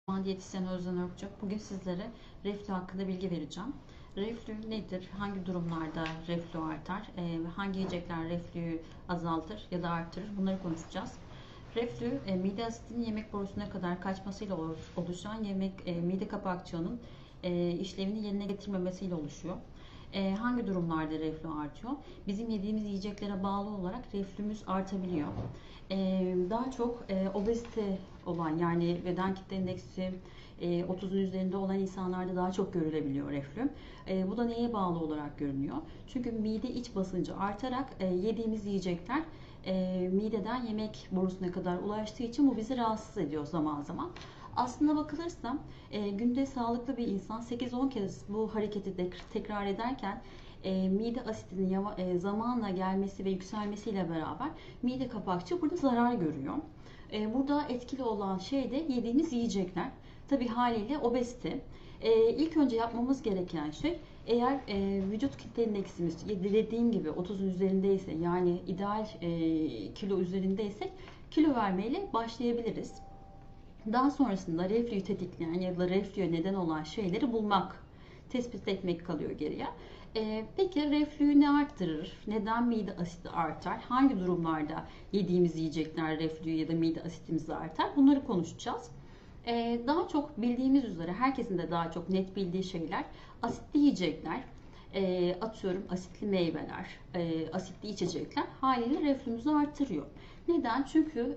Ben diyetisyen Özden Örkçük. Bugün sizlere reflü hakkında bilgi vereceğim. Reflü nedir? Hangi durumlarda reflü artar? Hangi yiyecekler reflüyü azaltır ya da artırır? Bunları konuşacağız. Reflü, mide asitinin yemek borusuna kadar kaçmasıyla oluşan mide kapakçığının işlevini yerine getirmemesiyle oluşuyor. Hangi durumlarda reflü artıyor? Bizim yediğimiz yiyeceklere bağlı olarak reflümüz artabiliyor. Daha çok obezite olan, yani beden kitle indeksi 30'un üzerinde olan insanlarda daha çok görülebiliyor reflü. Bu da neye bağlı olarak görünüyor? Çünkü mide iç basıncı artarak yediğimiz yiyecekler mideden yemek borusuna kadar ulaştığı için bu bizi rahatsız ediyor zaman zaman. Aslına bakılırsa günde sağlıklı bir insan 8-10 kez bu hareketi tekrar ederken mide asitinin zamanla gelmesi ve yükselmesiyle beraber mide kapakçığı burada zarar görüyor. Burada etkili olan şey de yediğimiz yiyecekler. Tabii haliyle obezite. İlk önce yapmamız gereken şey, eğer vücut kitle indeksimiz dediğim gibi 30'un üzerindeyse, yani ideal kilo üzerindeysek kilo vermeyle başlayabiliriz. Daha sonrasında reflüyü tetikleyen ya da reflüye neden olan şeyleri bulmak, tespit etmek kalıyor geriye. Peki reflüyü ne arttırır? Neden mide asidi artar? Hangi durumlarda yediğimiz yiyecekler reflüyü ya da mide asitimizi artar? Bunları konuşacağız. Daha çok bildiğimiz üzere, herkesin de daha çok net bildiği şeyler asitli yiyecekler, atıyorum asitli meyveler, asitli içecekler haliyle reflümüzü artırıyor. Neden? Çünkü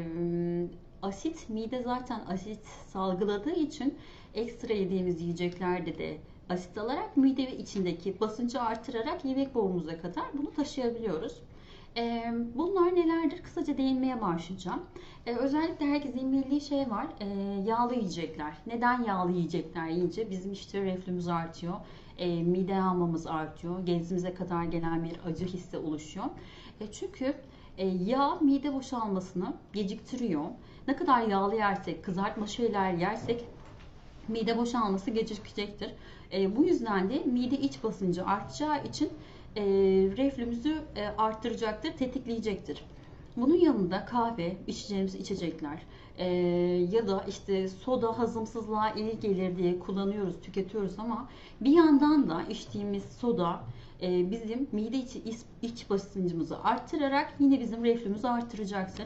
asit, mide zaten asit salgıladığı için ekstra yediğimiz yiyeceklerde de asit alarak mide ve içindeki basıncı artırarak yemek borumuza kadar bunu taşıyabiliyoruz. Bunlar nelerdir? Kısaca değinmeye başlayacağım. Özellikle herkesin bildiği şey var. Yağlı yiyecekler. Neden yağlı yiyecekler yiyince bizim işte reflümüz artıyor, mide yağmamız artıyor, genzimize kadar gelen bir acı hissi oluşuyor. Çünkü yağ mide boşalmasını geciktiriyor. Ne kadar yağlı yersek, kızartma şeyler yersek mide boşalması gecikecektir. Bu yüzden de mide iç basıncı artacağı için reflümüzü arttıracaktır, tetikleyecektir. Bunun yanında kahve, içeceğimiz içecekler ya da işte soda hazımsızlığa iyi gelir diye kullanıyoruz, tüketiyoruz ama bir yandan da içtiğimiz soda bizim mide iç basıncımızı arttırarak yine bizim reflümüzü arttıracaktır.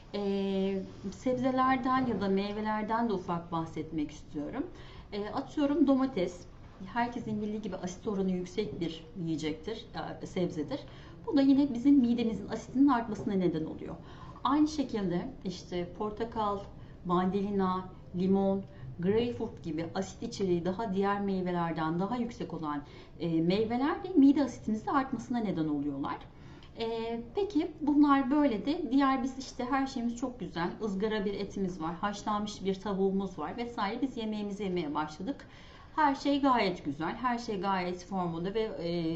Sebzelerden ya da meyvelerden de ufak bahsetmek istiyorum. Atıyorum domates. Herkesin bildiği gibi asit oranı yüksek bir yiyecektir, sebzedir. Bu da yine bizim midemizin asitinin artmasına neden oluyor. Aynı şekilde işte portakal, mandalina, limon, greyfurt gibi asit içeriği daha diğer meyvelerden daha yüksek olan meyveler de mide asitimizin artmasına neden oluyorlar. Peki bunlar böyle de diğer, biz işte her şeyimiz çok güzel. Izgara bir etimiz var, haşlanmış bir tavuğumuz var vesaire. Biz yemeğimizi yemeye başladık. Her şey gayet güzel, her şey gayet formunda ve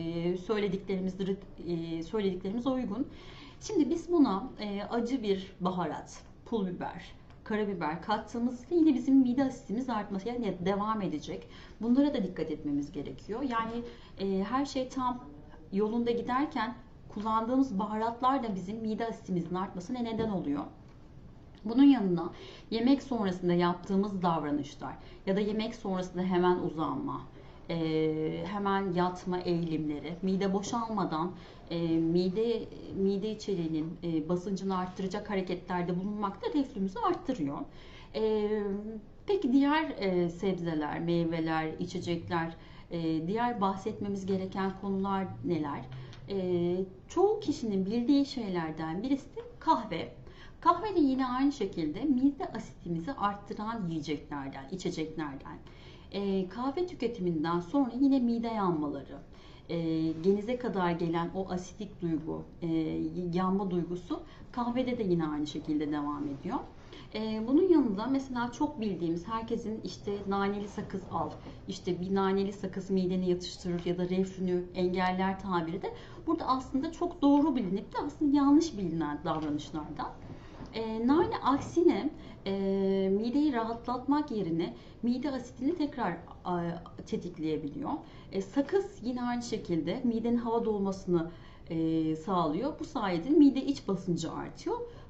söylediklerimiz uygun. Şimdi biz buna acı bir baharat, pul biber, karabiber kattığımızda yine bizim mide asitimiz artması yani devam edecek. Bunlara da dikkat etmemiz gerekiyor. Yani her şey tam yolunda giderken kullandığımız baharatlar da bizim mide asitimizin artmasına neden oluyor. Bunun yanına yemek sonrasında yaptığımız davranışlar ya da yemek sonrasında hemen uzanma, hemen yatma eğilimleri, mide boşalmadan mide içeriğinin basıncını arttıracak hareketlerde bulunmak da reflümüzü arttırıyor. Peki diğer sebzeler, meyveler, içecekler, diğer bahsetmemiz gereken konular neler? Çoğu kişinin bildiği şeylerden birisi de kahve. Kahve de yine aynı şekilde mide asitimizi arttıran yiyeceklerden, içeceklerden. Kahve tüketiminden sonra yine mide yanmaları, genize kadar gelen o asitik duygu, yanma duygusu kahvede de yine aynı şekilde devam ediyor. Bunun yanında mesela çok bildiğimiz, herkesin işte naneli sakız al, işte bir naneli sakız mideni yatıştırır ya da reflünü engeller tabiri de burada aslında çok doğru bilinip de aslında yanlış bilinen davranışlardan. Nane aksine mideyi rahatlatmak yerine mide asitini tekrar tetikleyebiliyor. Sakız yine aynı şekilde midenin hava dolmasını sağlıyor. Bu sayede mide iç basıncı artıyor.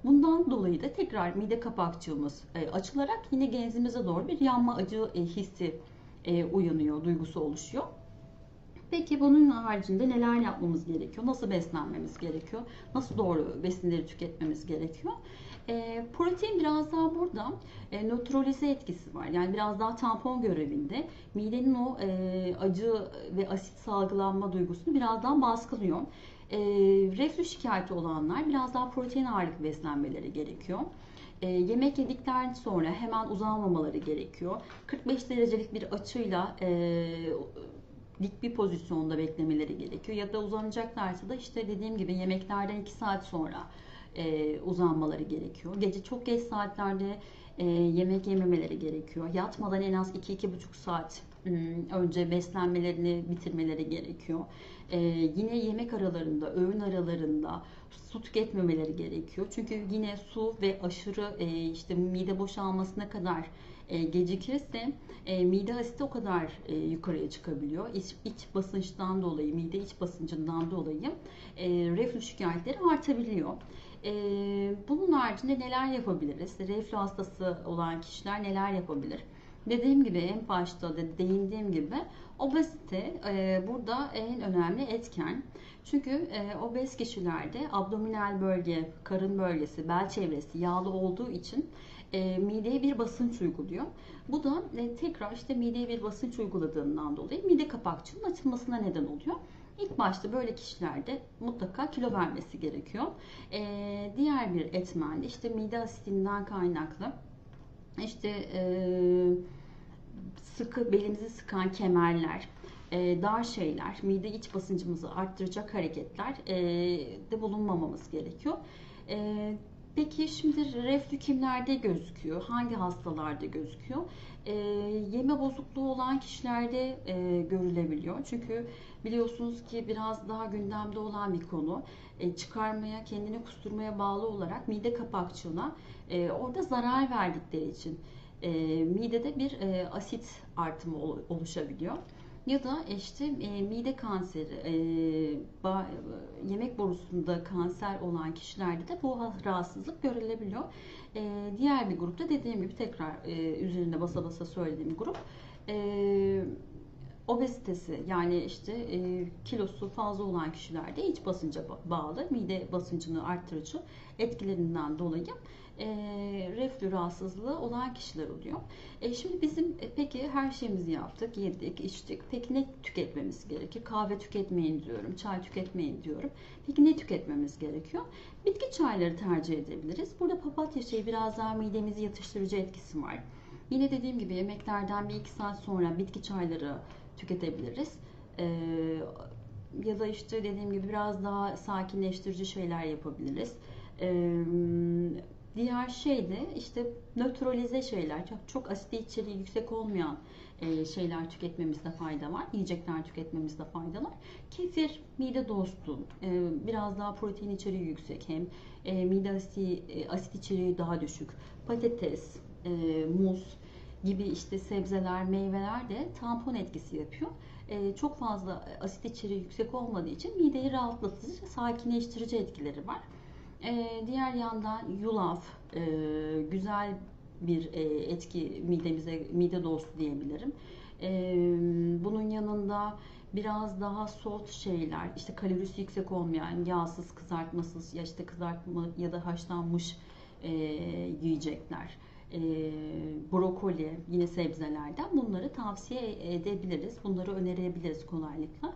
Bundan dolayı da tekrar mide kapakçığımız açılarak yine genzimize doğru bir yanma acı hissi uyanıyor, duygusu oluşuyor. Peki bunun haricinde neler yapmamız gerekiyor? Nasıl beslenmemiz gerekiyor? Nasıl doğru besinleri tüketmemiz gerekiyor? Protein biraz daha burada nötralize etkisi var. Yani biraz daha tampon görevinde. Midenin o acı ve asit salgılanma duygusunu biraz daha baskılıyor. Reflü şikayeti olanlar biraz daha protein ağırlıklı beslenmeleri gerekiyor. Yemek yedikten sonra hemen uzanmamaları gerekiyor. 45 derecelik bir açıyla dik bir pozisyonda beklemeleri gerekiyor. Ya da uzanacaklarsa da işte dediğim gibi yemeklerden 2 saat sonra uzanmaları gerekiyor. Gece çok geç saatlerde yemek yememeleri gerekiyor. Yatmadan en az 2-2,5 saat önce beslenmelerini bitirmeleri gerekiyor. Yine yemek aralarında, öğün aralarında su tüketmemeleri gerekiyor. Çünkü yine su ve aşırı işte mide boşalmasına kadar gecikirse mide asidi o kadar yukarıya çıkabiliyor. İç basınçtan dolayı, mide iç basıncından dolayı reflü şikayetleri artabiliyor. Bunun haricinde neler yapabiliriz? Reflü hastası olan kişiler neler yapabilir? Dediğim gibi en başta da değindiğim gibi obezite burada en önemli etken. Çünkü obez kişilerde abdominal bölge, karın bölgesi, bel çevresi yağlı olduğu için mideye bir basınç uyguluyor. Bu da tekrar işte mideye bir basınç uyguladığından dolayı mide kapakçığının açılmasına neden oluyor. İlk başta böyle kişilerde mutlaka kilo vermesi gerekiyor. Diğer bir etmen de işte mide asitinden kaynaklı işte sıkı belimizi sıkan kemerler, dar şeyler, mide iç basıncımızı arttıracak hareketler de bulunmamamız gerekiyor. Peki şimdi reflü kimlerde gözüküyor? Hangi hastalarda gözüküyor? Yeme bozukluğu olan kişilerde görülebiliyor. Çünkü biliyorsunuz ki biraz daha gündemde olan bir konu. Çıkarmaya, kendini kusturmaya bağlı olarak mide kapakçığına orada zarar verdikleri için midede bir asit artımı oluşabiliyor. Ya da işte mide kanseri, yemek borusunda kanser olan kişilerde de bu rahatsızlık görülebiliyor. Diğer bir grupta dediğim gibi tekrar üzerinde basa basa söylediğim grup obezitesi yani işte kilosu fazla olan kişilerde iç basınca bağlı mide basıncını arttırıcı etkilerinden dolayı reflü rahatsızlığı olan kişiler oluyor. Şimdi bizim peki her şeyimizi yaptık, yedik, içtik. Peki ne tüketmemiz gerekir? Kahve tüketmeyin diyorum, çay tüketmeyin diyorum. Peki ne tüketmemiz gerekiyor? Bitki çayları tercih edebiliriz. Burada papatya çayı biraz daha midemizi yatıştırıcı etkisi var. Yine dediğim gibi yemeklerden 1-2 saat sonra bitki çayları tüketebiliriz. Ya da işte dediğim gibi biraz daha sakinleştirici şeyler yapabiliriz. Diğer şey de işte nötralize şeyler, çok asit içeriği yüksek olmayan şeyler tüketmemizde fayda var. Yiyecekler tüketmemizde fayda var. Kefir, mide dostu, biraz daha protein içeriği yüksek hem mide asit içeriği daha düşük. Patates, muz gibi işte sebzeler, meyveler de tampon etkisi yapıyor. Çok fazla asit içeriği yüksek olmadığı için mideyi rahatlatıcı, sakinleştirici etkileri var. Diğer yandan yulaf güzel bir etki midemize, mide dostu diyebilirim. Bunun yanında biraz daha soft şeyler, işte kalorisi yüksek olmayan, yağsız, kızartmasız, ya işte kızartma ya da haşlanmış yiyecekler. Brokoli, yine sebzelerden bunları tavsiye edebiliriz. Bunları önerebiliriz kolaylıkla.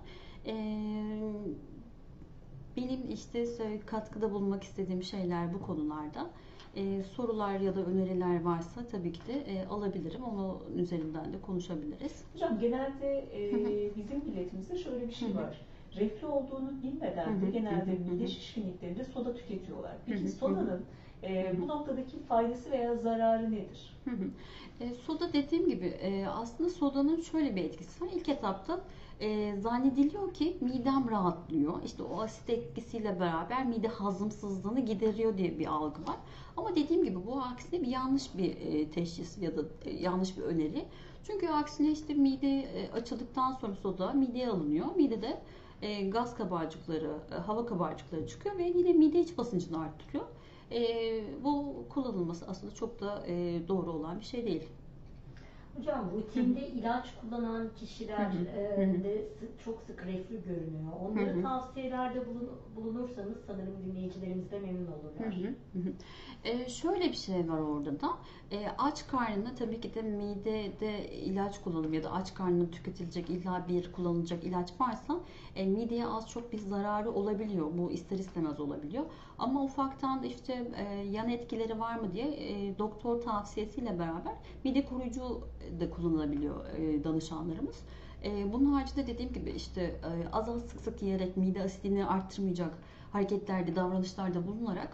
Benim işte katkıda bulunmak istediğim şeyler bu konularda. Sorular ya da öneriler varsa tabii ki de alabilirim. Onun üzerinden de konuşabiliriz. Hocam genelde bizim milletimizde şöyle bir şey var. Reflü olduğunu bilmeden de genelde mide şişkinliklerinde soda tüketiyorlar. Peki sodanın bu noktadaki faydası veya zararı nedir? Soda dediğim gibi aslında sodanın şöyle bir etkisi var. İlk etapta zannediliyor ki midem rahatlıyor. İşte o asit etkisiyle beraber mide hazımsızlığını gideriyor diye bir algı var. Ama dediğim gibi bu aksine bir yanlış bir teşhis ya da yanlış bir öneri. Çünkü aksine işte mide açıldıktan sonra soda mideye alınıyor. Midede gaz kabarcıkları, hava kabarcıkları çıkıyor ve yine mide iç basıncını arttırıyor. Bu kullanılması aslında çok da doğru olan bir şey değil. Hocam rutinde ilaç kullanan kişiler Hı hı, hı hı. de çok sık reflü görünüyor. Hı Onlara hı. tavsiyelerde bulunursanız sanırım dinleyicilerimiz de memnun Hı olurlar. hı, hı hı. Şöyle bir şey var orada da. Aç karnına tabii ki de midede ilaç kullanımı ya da aç karnına tüketilecek illa bir kullanılacak ilaç varsa mideye az çok bir zararı olabiliyor. Bu ister istemez olabiliyor. Ama ufaktan da işte yan etkileri var mı diye doktor tavsiyesiyle beraber mide koruyucu da kullanılabiliyor danışanlarımız. Bunun haricinde dediğim gibi işte az az sık sık yiyerek mide asidini arttırmayacak hareketlerde, davranışlarda bulunarak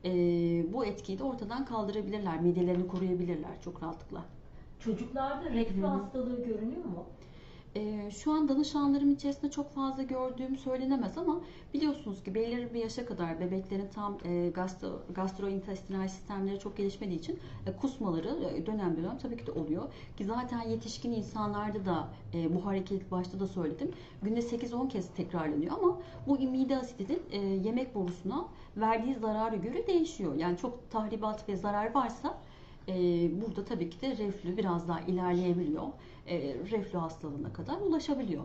bu etkiyi de ortadan kaldırabilirler. Midelerini koruyabilirler çok rahatlıkla. Çocuklarda Hı reflü hı. hastalığı görünüyor mu? Şu an danışanlarım içerisinde çok fazla gördüğüm söylenemez ama biliyorsunuz ki belirli bir yaşa kadar bebeklerin tam gastrointestinal sistemleri çok gelişmediği için kusmaları dönem dönem tabii ki de oluyor. Ki zaten yetişkin insanlarda da bu hareket başta da söyledim. Günde 8-10 kez tekrarlanıyor ama bu mide asidinin yemek borusuna verdiği zarara göre değişiyor. Yani çok tahribat ve zarar varsa burada tabii ki de reflü biraz daha ilerleyebiliyor. Reflü hastalığına kadar ulaşabiliyor.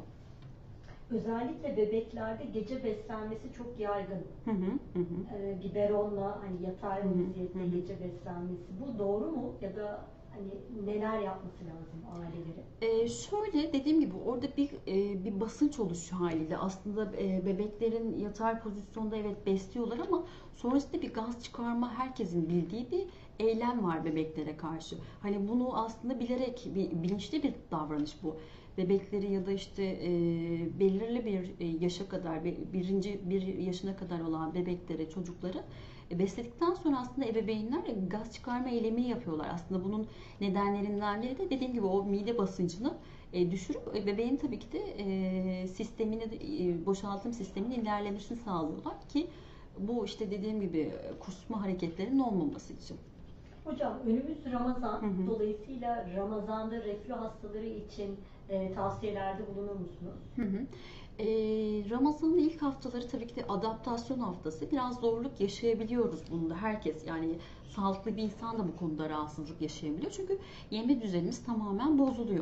Özellikle bebeklerde gece beslenmesi çok yaygın. Hı hı, hı hı. Biberonla hani yatay Hı hı, vaziyette hı hı. gece beslenmesi. Bu doğru mu? Ya da hani neler yapması lazım ailelerin? Şöyle dediğim gibi orada bir basınç oluşuyor haliyle. Aslında bebeklerin yatar pozisyonda evet besliyorlar ama sonrasında bir gaz çıkarma herkesin bildiği bir eylem var bebeklere karşı. Hani bunu aslında bilerek bilinçli bir davranış bu. Bebekleri ya da işte belirli bir yaşa kadar bir yaşına kadar olan bebekleri, çocukları besledikten sonra aslında ebeveynler gaz çıkarma eylemini yapıyorlar. Aslında bunun nedenlerinden biri de dediğim gibi o mide basıncını düşürüp bebeğin tabii ki de sistemini, boşaltım sisteminin ilerlemesini sağlıyorlar ki bu işte dediğim gibi kusma hareketlerinin olmaması için. Hocam önümüz Ramazan. Hı hı. Dolayısıyla Ramazan'da reflü hastaları için tavsiyelerde bulunur musunuz? Hı hı. Ramazan'ın ilk haftaları tabii ki de adaptasyon haftası. Biraz zorluk yaşayabiliyoruz bunda herkes. Yani sağlıklı bir insan da bu konuda rahatsızlık yaşayabiliyor. Çünkü yeme düzenimiz tamamen bozuluyor.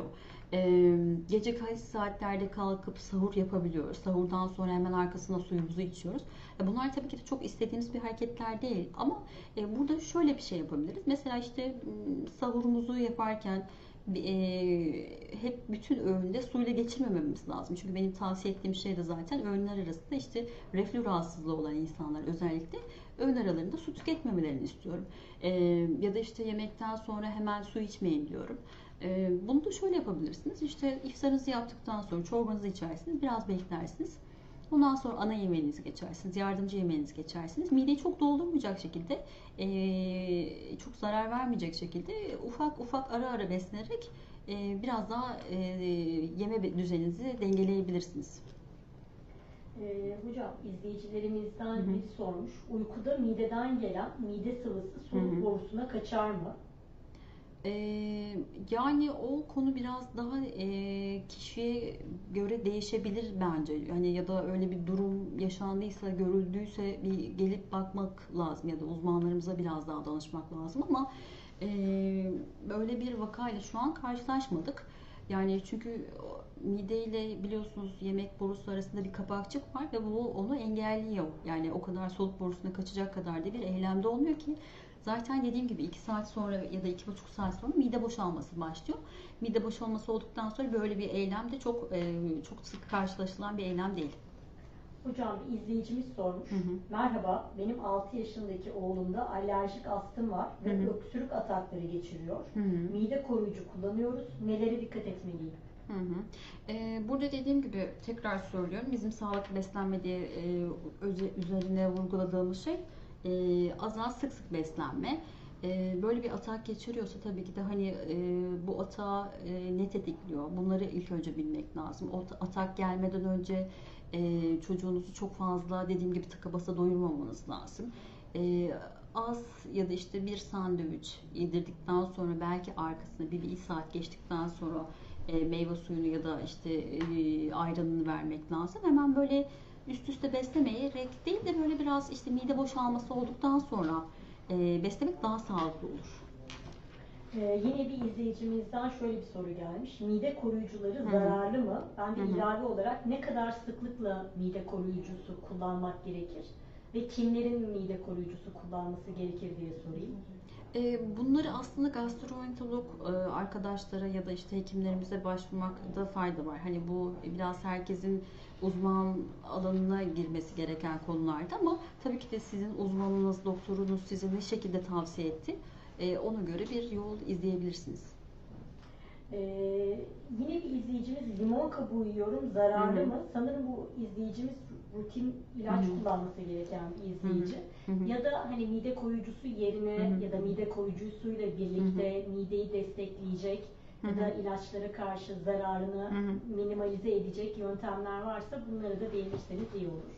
Gece kaç saatlerde kalkıp sahur yapabiliyoruz. Sahurdan sonra hemen arkasına suyumuzu içiyoruz. Bunlar tabii ki de çok istediğimiz bir hareketler değil. Ama burada şöyle bir şey yapabiliriz. Mesela işte sahurumuzu yaparken hep bütün öğünde suyla geçirmememiz lazım. Çünkü benim tavsiye ettiğim şey de zaten öğünler arasında işte reflü rahatsızlığı olan insanlar özellikle öğün aralarında su tüketmemelerini istiyorum. Ya da işte yemekten sonra hemen su içmeyin diyorum. Bunu da şöyle yapabilirsiniz. İşte iftarınızı yaptıktan sonra çorbanızı içersiniz, biraz beklersiniz. Ondan sonra ana yemeğinizi geçersiniz, yardımcı yemeğinizi geçersiniz. Mideyi çok doldurmayacak şekilde, çok zarar vermeyecek şekilde ufak ufak ara ara beslenerek biraz daha yeme düzeninizi dengeleyebilirsiniz. Hocam Hı izleyicilerimizden hı. biri sormuş. Uykuda mideden gelen mide sıvısı Hı soluk hı. borusuna kaçar mı? Yani o konu biraz daha kişiye göre değişebilir bence. Yani ya da öyle bir durum yaşandıysa, görüldüyse bir gelip bakmak lazım ya da uzmanlarımıza biraz daha danışmak lazım ama böyle bir vakayla şu an karşılaşmadık. Yani çünkü mideyle biliyorsunuz yemek borusu arasında bir kapakçık var ve bu onu engelliyor. Yani o kadar soluk borusuna kaçacak kadar da bir eylemde olmuyor ki. Zaten dediğim gibi 2 saat sonra ya da 2,5 saat sonra mide boşalması başlıyor. Mide boşalması olduktan sonra böyle bir eylem de çok sık karşılaşılan bir eylem değil. Hocam bir izleyicimiz sormuş. Hı hı. Merhaba, benim 6 yaşındaki oğlumda alerjik astım var Hı ve hı. öksürük atakları geçiriyor. Hı hı. Mide koruyucu kullanıyoruz. Nelere dikkat etmeliyim? Hı hı. Burada dediğim gibi tekrar söylüyorum. Bizim sağlıklı beslenme diye üzerine vurguladığımız şey az az sık sık beslenme. Böyle bir atak geçiriyorsa tabii ki de hani bu atağı ne tetikliyor? Bunları ilk önce bilmek lazım. O atak gelmeden önce çocuğunuzu çok fazla dediğim gibi tıka basa doyurmamanız lazım. Az ya da işte bir sandviç yedirdikten sonra belki arkasına bir saat geçtikten sonra meyve suyunu ya da işte ayranını vermek lazım. Hemen böyle üst üste beslemeyerek değil de böyle biraz işte mide boşalması olduktan sonra beslemek daha sağlıklı olur. Yine bir izleyicimizden şöyle bir soru gelmiş. Mide koruyucuları Hı hı. zararlı mı? Ben bir Hı hı. ilave olarak ne kadar sıklıkla mide koruyucusu kullanmak gerekir? Ve kimlerin mide koruyucusu kullanması gerekir diye sorayım. Bunları aslında gastroenterolog arkadaşlara ya da işte hekimlerimize başvurmakta fayda var. Hani bu biraz herkesin uzman alanına girmesi gereken konularda ama tabii ki de sizin uzmanınız, doktorunuz size ne şekilde tavsiye etti, ona göre bir yol izleyebilirsiniz. Yine bir izleyicimiz limon kabuğu yiyorum zararlı Hı hı. mı? Sanırım bu izleyicimiz rutin ilaç Hı hı. kullanması gereken bir izleyici. Hı hı. Ya da hani mide koruyucusu yerine Hı hı. ya da mide koruyucusuyla birlikte mideyi destekleyecek ya da ilaçlara karşı zararını Hı hı. minimalize edecek yöntemler varsa bunları da değinirseniz iyi olur.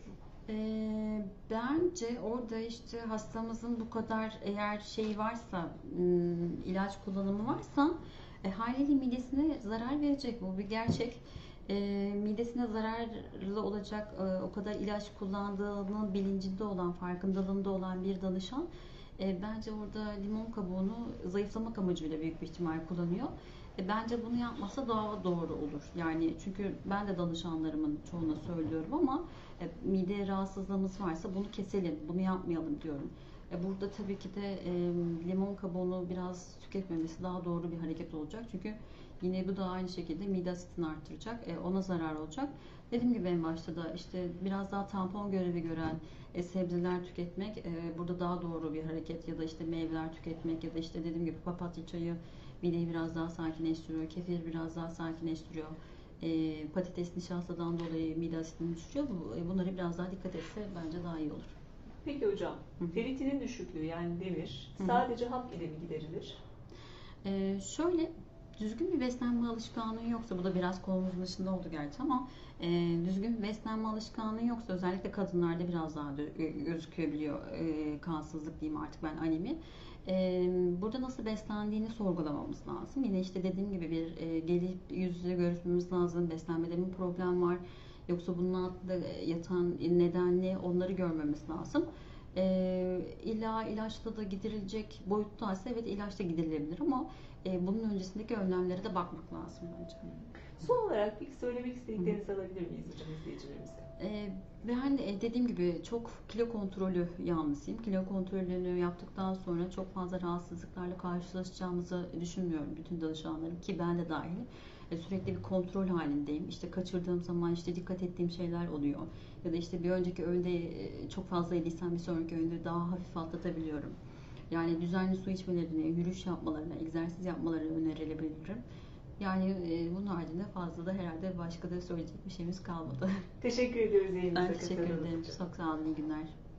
Bence orada işte hastamızın bu kadar eğer şey varsa, ilaç kullanımı varsa haliyle midesine zarar verecek. Bu bir gerçek. Midesine zararlı olacak o kadar ilaç kullandığının bilincinde olan, farkındalığında olan bir danışan bence orada limon kabuğunu zayıflamak amacıyla büyük bir ihtimal kullanıyor. Bence bunu yapmasa daha doğru olur. Yani çünkü ben de danışanlarımın çoğuna söylüyorum ama mide rahatsızlığımız varsa bunu keselim, bunu yapmayalım diyorum. Burada tabii ki de limon kabuğunu biraz tüketmemesi daha doğru bir hareket olacak. Çünkü yine bu da aynı şekilde mide asitini artıracak, ona zarar olacak. Dediğim gibi en başta da işte biraz daha tampon görevi gören sebzeler tüketmek burada daha doğru bir hareket ya da işte meyveler tüketmek ya da işte dediğim gibi papatya çayı mideyi biraz daha sakinleştiriyor, kefir biraz daha sakinleştiriyor. Patates nişastadan dolayı mide asitini düşürüyor. Bunları biraz daha dikkat etse bence daha iyi olur. Peki hocam, Hı hı. feritinin düşüklüğü yani demir Hı hı. sadece hap ile mi giderilir? Şöyle düzgün bir beslenme alışkanlığı yoksa, bu da biraz konumuzun dışında oldu gerçi ama düzgün bir beslenme alışkanlığı yoksa özellikle kadınlarda biraz daha gözükebiliyor kansızlık diyeyim artık ben anemi. Burada nasıl beslendiğini sorgulamamız lazım. Yine işte dediğim gibi bir gelip yüz yüze görüşmemiz lazım. Beslenmede mi problem var? Yoksa bunun altında yatan neden ne? Onları görmemiz lazım. İlla ilaçla da giderilecek boyuttaysa evet ilaçla giderilebilir ama bunun öncesindeki önlemlere de bakmak lazım bence. Son olarak peki söylemek istediklerinizi alabilir miyiz hocam izleyicilerimize? Ben dediğim gibi çok kilo kontrolü yanlısıyım. Kilo kontrolünü yaptıktan sonra çok fazla rahatsızlıklarla karşılaşacağımızı düşünmüyorum bütün danışanlarım ki ben de dahil. Sürekli bir kontrol halindeyim. İşte kaçırdığım zaman işte dikkat ettiğim şeyler oluyor. Ya da işte bir önceki öğünde çok fazla yediysem bir sonraki öğünde daha hafif atlatabiliyorum. Yani düzenli su içmelerini, yürüyüş yapmalarını, egzersiz yapmalarını önerilebilirim. Yani bunun haricinde fazla da herhalde başka da söyleyecek bir şeyimiz kalmadı. Teşekkür ediyoruz yayınımıza Ben teşekkür katıldığınız ederim. için. Çok sağ olun. İyi günler.